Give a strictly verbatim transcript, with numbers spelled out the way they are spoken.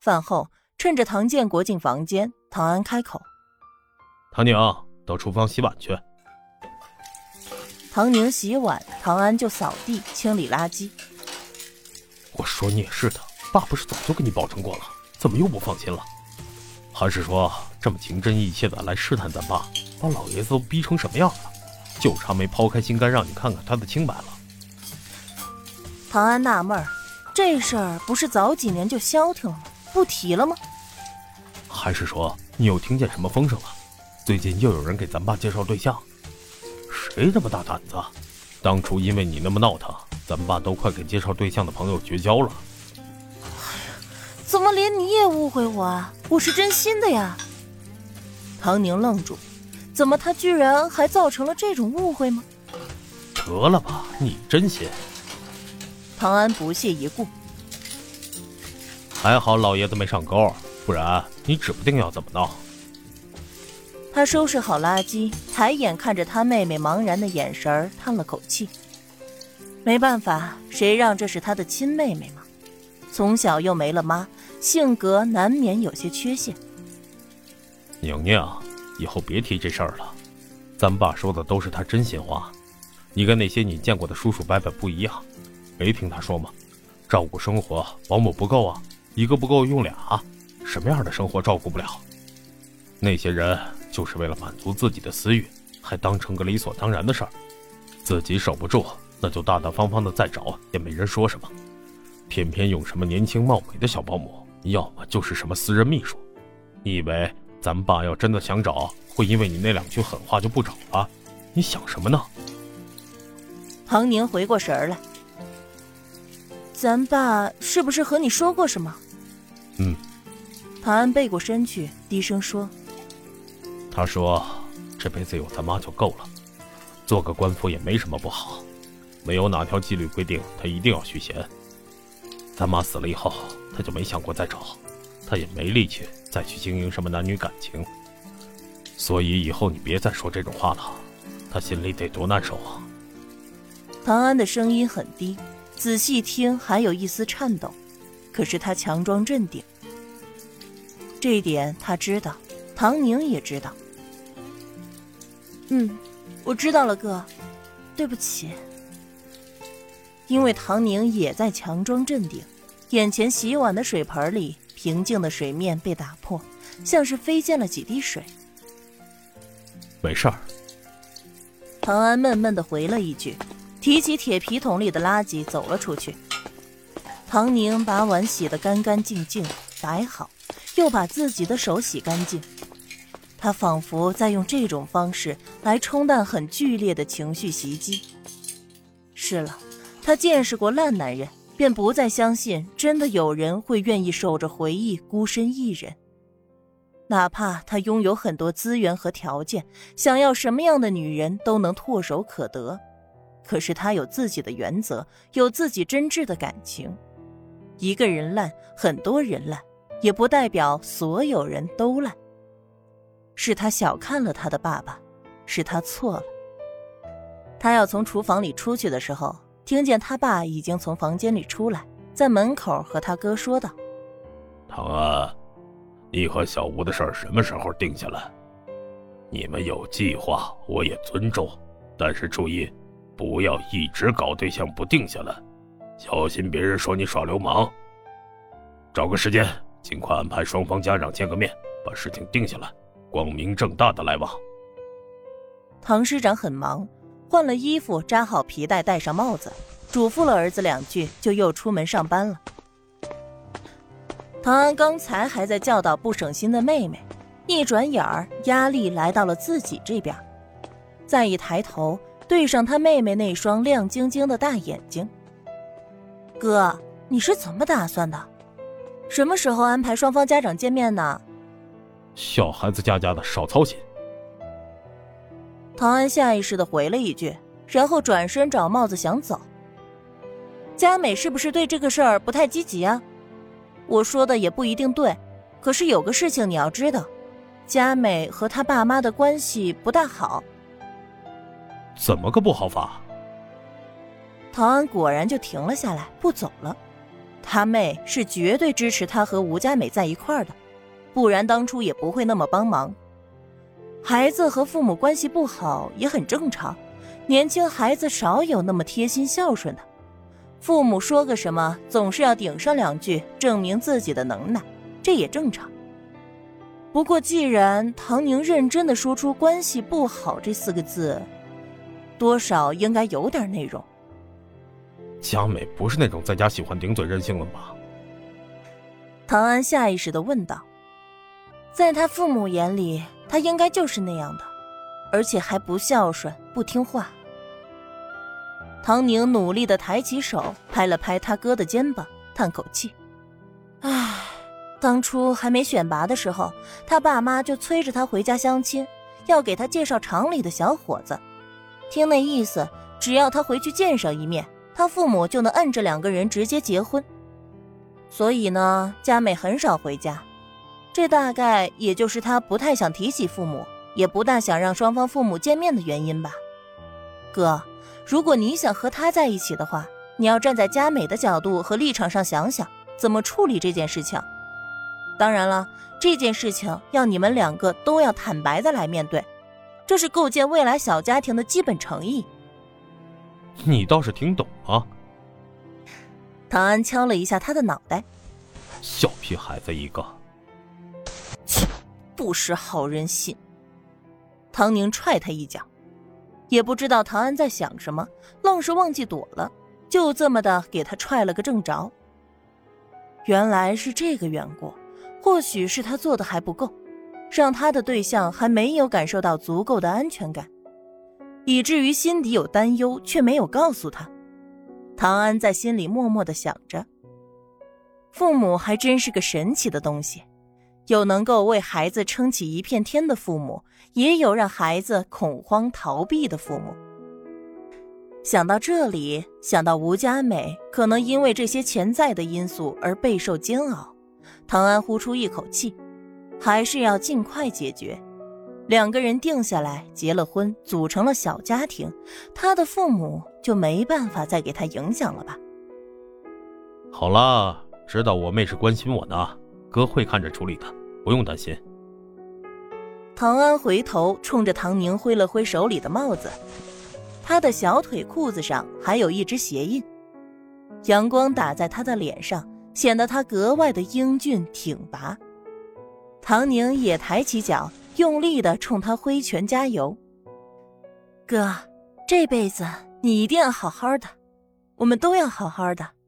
饭后，趁着唐建国进房间，唐安开口： 唐宁，到厨房洗碗去。 唐宁洗碗，唐安就扫地清理垃圾。 我说你也是的，爸不是早就跟你保证过了，怎么又不放心了？还是说这么情真意切的来试探咱爸，把老爷子都逼成什么样了，就差没抛开心肝让你看看他的清白了？ 唐安纳闷儿，这事儿不是早几年就消停了吗？不提了吗？ 还是说你又听见什么风声了？最近又有人给咱爸介绍对象？谁这么大胆子？当初因为你那么闹腾，咱爸都快给介绍对象的朋友绝交了。 怎么连你也误会我啊？我是真心的呀。唐宁愣住，怎么他居然还造成了这种误会吗？ 得了吧，你真心。 唐安不屑一顾， 还好老爷子没上钩，不然你指不定要怎么闹。 他收拾好垃圾，抬眼看着他妹妹茫然的眼神，叹了口气。没办法，谁让这是他的亲妹妹嘛，从小又没了妈，性格难免有些缺陷。 宁宁，以后别提这事儿了，咱爸说的都是他真心话。你跟那些你见过的叔叔伯伯不一样，没听他说吗？照顾生活保姆不够啊，一个不够用俩，什么样的生活照顾不了？那些人就是为了满足自己的私欲，还当成个理所当然的事儿，自己守不住，那就大大方方的再找，也没人说什么。偏偏用什么年轻貌美的小保姆，要么就是什么私人秘书。你以为咱爸要真的想找，会因为你那两句狠话就不找了？你想什么呢？ 唐宁回过神来，咱爸是不是和你说过什么？ 嗯。 唐安背过身去，低声说： 他说这辈子有咱妈就够了，做个官夫也没什么不好，没有哪条纪律规定他一定要续弦。咱妈死了以后，他就没想过再找，他也没力气再去经营什么男女感情，所以以后你别再说这种话了，他心里得多难受啊。 唐安的声音很低，仔细听还有一丝颤抖，可是他强装镇定。这一点他知道，唐宁也知道。嗯，我知道了哥，对不起。因为唐宁也在强装镇定，眼前洗碗的水盆里平静的水面被打破，像是飞溅了几滴水。 没事儿。 唐安闷闷地回了一句，提起铁皮桶里的垃圾走了出去。唐宁把碗洗得干干净净，摆好，又把自己的手洗干净。他仿佛在用这种方式来冲淡很剧烈的情绪袭击。是了，他见识过烂男人，便不再相信真的有人会愿意守着回忆孤身一人。哪怕他拥有很多资源和条件，想要什么样的女人都能唾手可得，可是他有自己的原则，有自己真挚的感情。一个人烂，很多人烂，也不代表所有人都烂。是他小看了他的爸爸，是他错了。他要从厨房里出去的时候，听见他爸已经从房间里出来，在门口和他哥说道： 唐安，你和小吴的事儿什么时候定下来？你们有计划我也尊重，但是注意不要一直搞对象不定下来，小心别人说你耍流氓。找个时间尽快安排双方家长见个面，把事情定下来，光明正大的来往。 唐师长很忙，换了衣服，扎好皮带，戴上帽子，嘱咐了儿子两句，就又出门上班了。唐安刚才还在教导不省心的妹妹，一转眼儿压力来到了自己这边。再一抬头，对上他妹妹那双亮晶晶的大眼睛。哥，你是怎么打算的？什么时候安排双方家长见面呢？ 小孩子家家的，少操心。 唐安下意识地回了一句，然后转身找帽子想走。佳美是不是对这个事儿不太积极啊？我说的也不一定对，可是有个事情你要知道，佳美和她爸妈的关系不大好。 怎么个不好法？ 唐安果然就停了下来，不走了。 他妹是绝对支持他和吴佳美在一块儿的，不然当初也不会那么帮忙。孩子和父母关系不好也很正常，年轻孩子少有那么贴心孝顺的，父母说个什么总是要顶上两句，证明自己的能耐，这也正常。不过既然唐宁认真地说出关系不好这四个字，多少应该有点内容。 佳美不是那种在家喜欢顶嘴任性的吧？ 唐安下意识地问道。在他父母眼里，他应该就是那样的，而且还不孝顺不听话。唐宁努力地抬起手拍了拍他哥的肩膀，叹口气，唉，当初还没选拔的时候，他爸妈就催着他回家相亲，要给他介绍厂里的小伙子，听那意思，只要他回去见上一面，他父母就能摁着两个人直接结婚。所以呢，佳美很少回家，这大概也就是他不太想提起父母，也不大想让双方父母见面的原因吧。哥，如果你想和他在一起的话，你要站在佳美的角度和立场上想想，怎么处理这件事情。当然了，这件事情要你们两个都要坦白的来面对，这是构建未来小家庭的基本诚意。 你倒是听懂啊。 唐安敲了一下他的脑袋， 小屁孩子一个， 不识好人心。唐宁踹他一脚，也不知道唐安在想什么，愣是忘记躲了，就这么的给他踹了个正着。原来是这个缘故，或许是他做的还不够，让他的对象还没有感受到足够的安全感，以至于心底有担忧却没有告诉他。唐安在心里默默地想着，父母还真是个神奇的东西，有能够为孩子撑起一片天的父母，也有让孩子恐慌逃避的父母。想到这里，想到吴佳美可能因为这些潜在的因素而备受煎熬，唐安呼出一口气，还是要尽快解决。两个人定下来，结了婚，组成了小家庭，他的父母就没办法再给他影响了吧。 好啦，知道我妹是关心我的，哥会看着处理的，不用担心。 唐安回头冲着唐宁挥了挥手里的帽子，他的小腿裤子上还有一只鞋印，阳光打在他的脸上，显得他格外的英俊挺拔。唐宁也抬起脚，用力地冲他挥拳加油。哥，这辈子你一定要好好的，我们都要好好的。